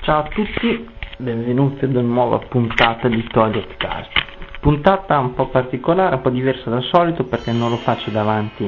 Ciao a tutti, benvenuti ad una nuova puntata di Toilet Cast. Puntata un po' particolare, un po' diversa dal solito perché non lo faccio davanti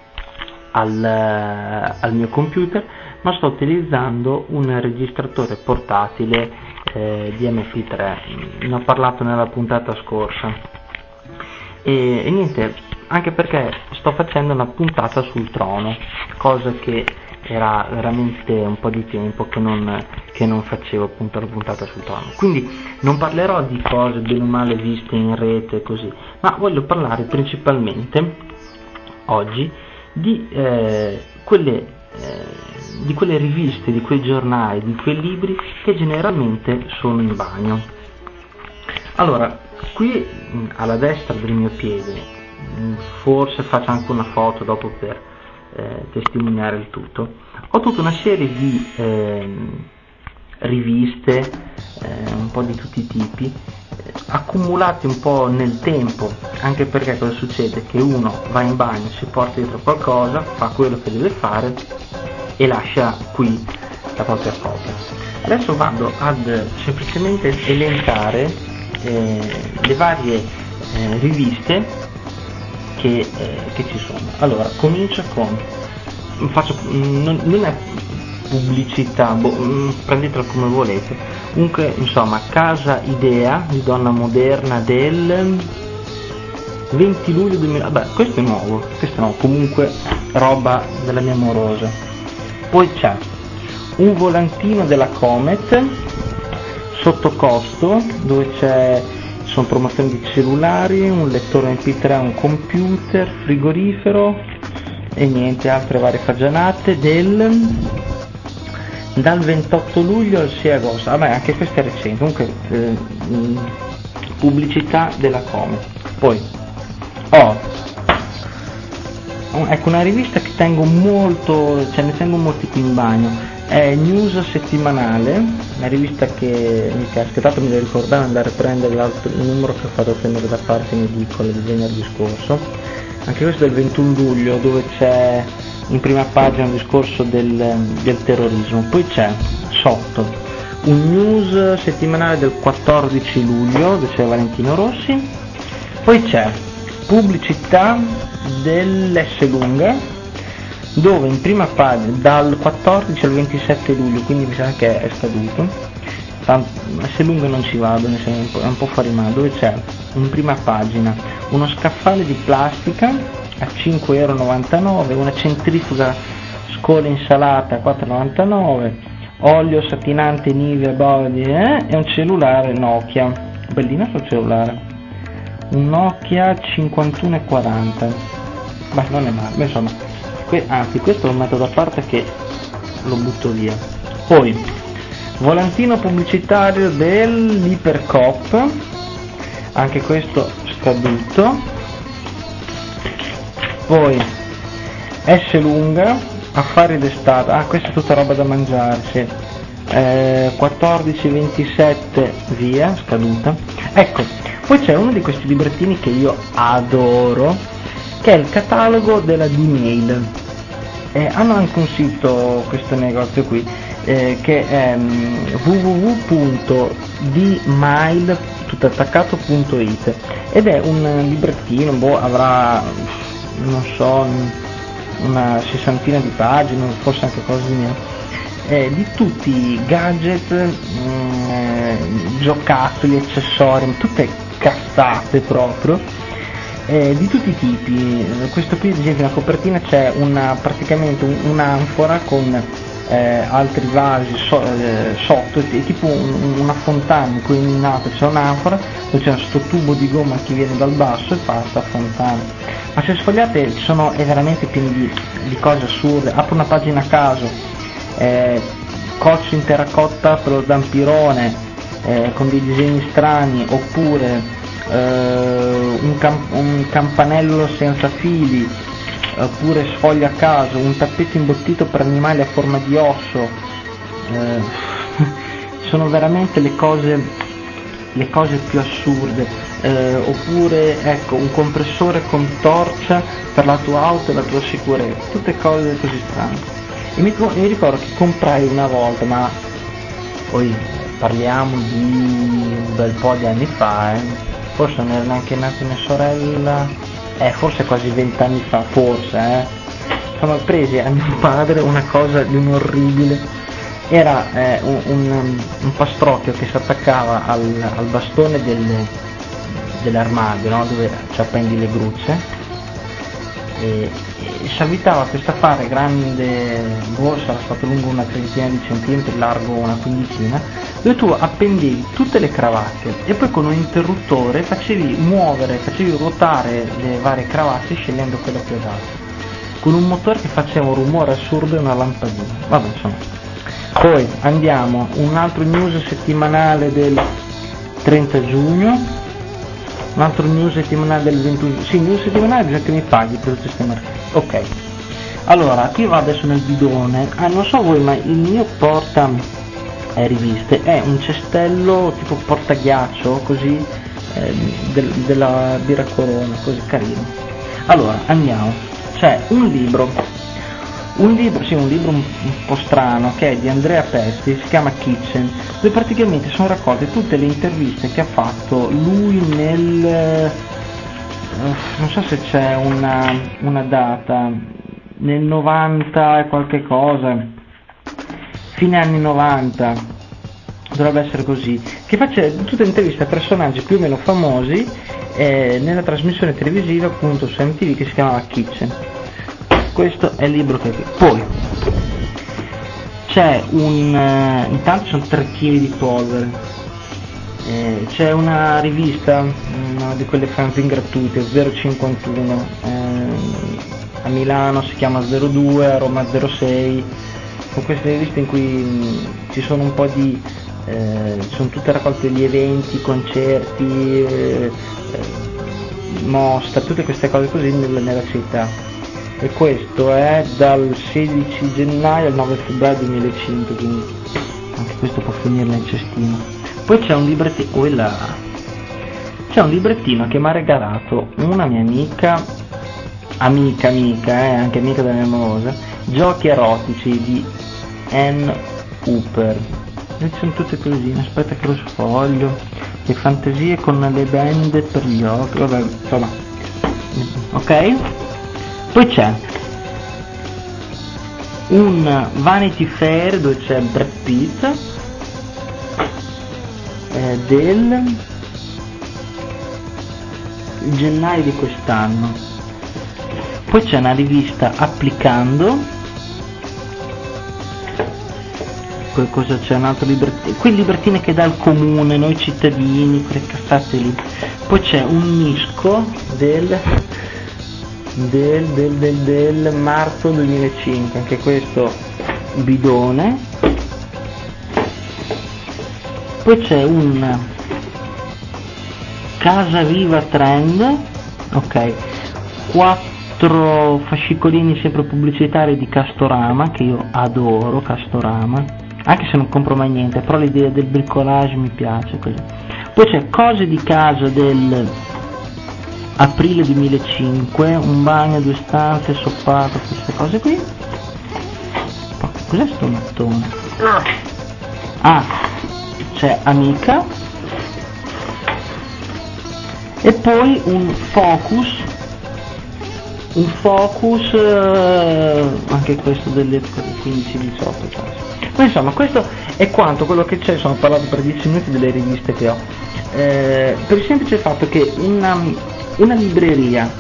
al mio computer, ma sto utilizzando un registratore portatile di MP3. Ne ho parlato nella puntata scorsa e niente, anche perché sto facendo una puntata sul trono, cosa che era veramente un po' di tempo che non facevo, appunto, la puntata sul trono. Quindi non parlerò di cose bene o male viste in rete così, ma voglio parlare principalmente oggi di quelle riviste, di quei giornali, di quei libri che generalmente sono in bagno. Allora, qui alla destra del mio piede, forse faccio anche una foto dopo per testimoniare il tutto, ho tutta una serie di riviste, un po' di tutti i tipi, accumulate un po' nel tempo, anche perché cosa succede? Che uno va in bagno, si porta dietro qualcosa, fa quello che deve fare e lascia qui la propria copia. Adesso vado ad semplicemente elencare le varie riviste che ci sono. Allora, comincio con non è pubblicità, prendetela come volete. Comunque, insomma, Casa Idea di Donna Moderna del 20 luglio 2000. Vabbè, questo è nuovo, comunque roba della mia amorosa. Poi c'è un volantino della Comet sotto costo, dove sono promozioni di cellulari, un lettore MP3, un computer, frigorifero e niente, altre varie fagianate dal 28 luglio al 6 agosto. Vabbè, anche questo è recente. Comunque pubblicità della Comet. Poi ecco una rivista che tengo molto, ne tengo molti qui in bagno. È News Settimanale, una rivista che mi casca, tanto mi devo ricordare di andare a prendere il numero che ho fatto tenere da parte in edicola di venerdì scorso. Anche questo è del 21 luglio, dove c'è in prima pagina un discorso del terrorismo. Poi c'è sotto un news settimanale del 14 luglio, dove c'è Valentino Rossi. Poi c'è pubblicità dell'S lunga, dove in prima pagina dal 14 al 27 luglio, quindi mi sa che è scaduto, se lunga non ci vado, è un po' fuori mano, dove c'è in prima pagina uno scaffale di plastica a 5,99 €, una centrifuga scola insalata a 4,99 €, olio satinante Nivea Body e un cellulare Nokia, bellino sul cellulare, un Nokia 5140, ma non è male, insomma. Anzi, questo lo metto da parte che lo butto via. Poi volantino pubblicitario dell'Ipercoop, anche questo scaduto. Poi S lunga, affari d'estate, questa è tutta roba da mangiare, sì. 14-27 via, scaduta. Ecco, poi c'è uno di questi librettini che io adoro, che è il catalogo della D-Mail. Hanno anche un sito, questo negozio qui, che è www.dmail.it, ed è un librettino, avrà, non so, una sessantina di pagine, forse anche quasi di meno, di tutti i gadget, giocattoli, accessori, tutte cazzate proprio, di tutti i tipi. Questo qui, ad esempio, nella copertina c'è praticamente un'anfora con altri vasi sotto, tipo una fontana in cui in alto c'è un'anfora dove c'è questo tubo di gomma che viene dal basso e fa sta fontana. Ma se sfogliate è veramente pieno di cose assurde. Apro una pagina a caso, coccio in terracotta per lo zampirone, con dei disegni strani, oppure un campanello senza fili, oppure sfoglia a caso, un tappeto imbottito per animali a forma di osso. Sono veramente le cose più assurde. Oppure ecco, un compressore con torcia per la tua auto e la tua sicurezza, tutte cose così strane. E mi ricordo che comprai una volta, ma poi parliamo di un bel po' di anni fa, forse non era neanche nata mia sorella, forse quasi 20 anni fa, forse, insomma, presi a mio padre una cosa di un orribile, era un pastrocchio che si attaccava al bastone dell'armadio, no? Dove ci appendi le grucce, e si avvitava questo affare grande, sarà stato lungo una trentina di centimetri, largo una quindicina, dove tu appendevi tutte le cravatte e poi con un interruttore facevi ruotare le varie cravatte scegliendo quella più adatta, con un motore che faceva un rumore assurdo e una lampadina. Vabbè, insomma. Poi andiamo, un altro news settimanale del 30 giugno, un altro news settimanale del 21, sì, news settimanale, bisogna che mi paghi per tutte queste marche. Ok, allora qui vado adesso nel bidone. Non so voi, ma il mio porta riviste è un cestello tipo portaghiaccio, così, della birra Corona, così carino. Allora andiamo, c'è un libro un po' strano, che è di Andrea Pesti, si chiama Kitchen, dove praticamente sono raccolte tutte le interviste che ha fatto lui non so se c'è una data, nel 90 e qualche cosa, fine anni 90, dovrebbe essere così, che faceva tutte le interviste a personaggi più o meno famosi, nella trasmissione televisiva appunto su MTV, che si chiamava Kitchen. Questo è il libro che poi c'è intanto sono 3 kg di polvere, c'è una rivista, una di quelle fanzine gratuite, 051, a Milano si chiama 02, a Roma 06, con queste riviste in cui ci sono un po' di sono tutte raccolte di eventi, concerti, mostre, tutte queste cose così nella città. E questo è dal 16 gennaio al 9 febbraio 2005, quindi anche questo può finire nel cestino. Poi c'è un librettino che mi ha regalato una mia amica, anche amica della mia amorosa, Giochi erotici di Ann Hooper. E ci sono tutte cosine, aspetta che lo sfoglio, le fantasie con le bende per gli occhi, vabbè, insomma, ok? Poi c'è un Vanity Fair dove c'è Brad Pitt, del gennaio di quest'anno. Poi c'è una rivista Applicando, poi cosa c'è, un altro librettino, quei librettini che dà il comune, noi cittadini, quelle cazzate lì. Poi c'è un misco del marzo 2005, anche questo bidone. Poi c'è un Casa Viva Trend, ok, 4 fascicolini sempre pubblicitari di Castorama, che io adoro Castorama, anche se non compro mai niente, però l'idea del bricolage mi piace così. Poi c'è Cose di casa del aprile 2005, un bagno, 2 stanze, soffato, queste cose qui. Cos'è sto mattone? C'è Amica, e poi un Focus, anche questo delle 15-18 classi. Ma insomma, questo è quanto quello che c'è. Sono parlato per 10 minuti delle riviste che ho, per il semplice fatto che una libreria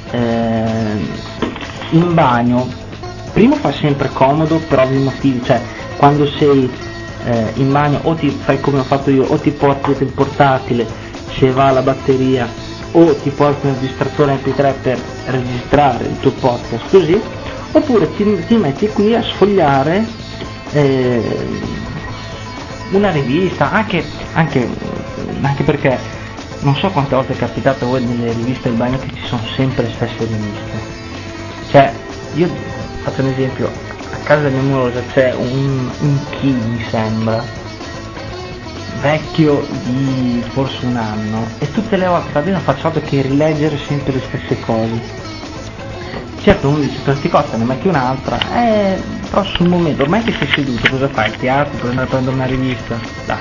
in bagno, primo fa sempre comodo per ovvi motivi, cioè quando sei in bagno o ti fai come ho fatto io, o ti porti il portatile se va la batteria, o ti porti un registratore MP3 per registrare il tuo podcast così, oppure ti metti qui a sfogliare una rivista, anche perché non so quante volte è capitato a voi nelle riviste del bagno che ci sono sempre le stesse riviste. Cioè, io faccio un esempio, a casa della mia amorosa c'è un Chi, mi sembra, vecchio di forse un anno, e tutte le volte che non faccio altro che rileggere sempre le stesse cose. Certo, uno dice, per sti costi ne metti un'altra, però sul momento, ormai che sei seduto, cosa fai? Ti alzi per andare a prendere una rivista? Dai,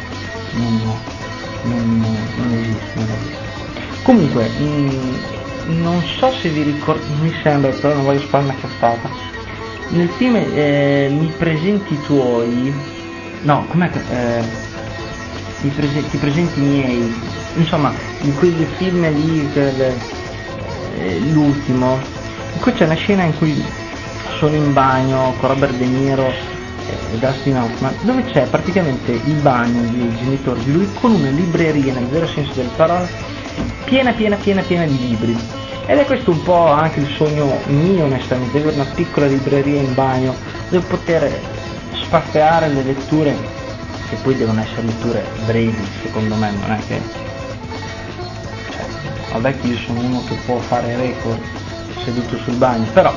non esiste. Comunque, non so se vi ricordo, mi sembra, però non voglio fare una cazzata. Nel film mi presenti i tuoi, no, com'è che, ti presenti i miei, insomma, in quel film lì, l'ultimo, in cui c'è una scena in cui sono in bagno con Robert De Niro e Dustin Hoffman, dove c'è praticamente il bagno dei genitori di lui con una libreria nel vero senso delle parole piena di libri. Ed è questo un po' anche il sogno mio, onestamente, avere una piccola libreria in bagno dove poter spaziare le letture, che poi devono essere letture brevi, secondo me, non è che, cioè, vabbè che io sono uno che può fare record seduto sul bagno, però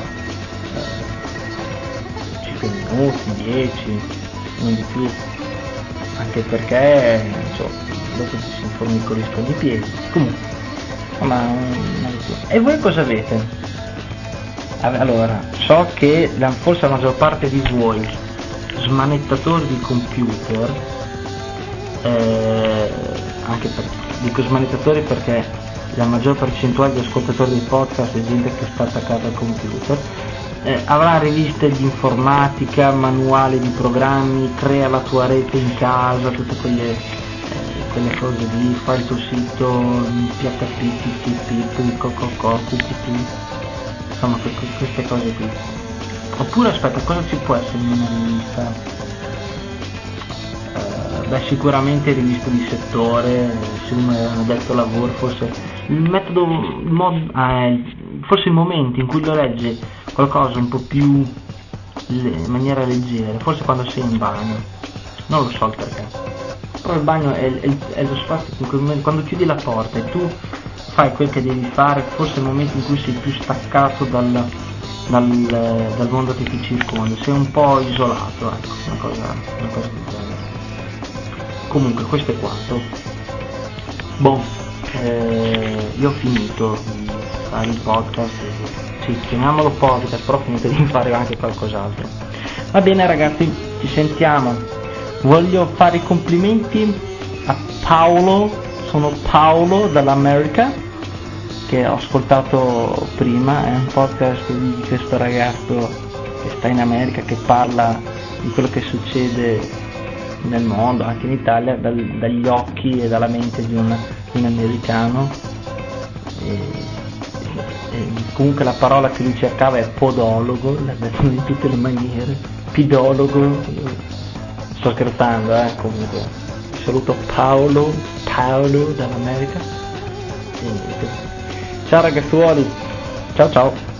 5 minuti, 10, non di più, anche perché insomma, dopo ci si informicoliscono i piedi. Comunque, e voi cosa avete? Allora, so che forse la maggior parte di voi smanettatori di computer, anche dico smanettatori perché la maggior percentuale di ascoltatori dei podcast è gente che sta attaccata al computer, avrà riviste di informatica, manuali di programmi, crea la tua rete in casa, tutte quelle cose lì, fai il tuo sito, PHP, TTP, QTP, insomma queste cose qui. Oppure aspetta, cosa ci può essere in una rivista? Sicuramente riviste di settore, se uno è un addetto al lavoro, forse forse i momenti in cui lo legge qualcosa un po' più in maniera leggera, forse quando sei in bagno, non lo so il perché, però il bagno è lo spazio in cui quando chiudi la porta e tu fai quel che devi fare, forse è il momento in cui sei più staccato dal mondo che ti circonda, sei un po' isolato, ecco, una cosa del genere. Comunque questo è quanto. Io ho finito di fare il podcast, sì, chiamiamolo podcast, però ho finito di fare anche qualcos'altro. Va bene ragazzi, ci sentiamo. Voglio fare i complimenti a Paolo, sono Paolo dall'America, che ho ascoltato prima, è un podcast di questo ragazzo che sta in America, che parla di quello che succede nel mondo, anche in Italia, dagli occhi e dalla mente di un americano. E comunque la parola che lui cercava è podologo, l'ha detto in tutte le maniere, pidologo, sto scherzando, comunque saluto Paolo dall'America. Ciao ragazzuoli, ciao ciao.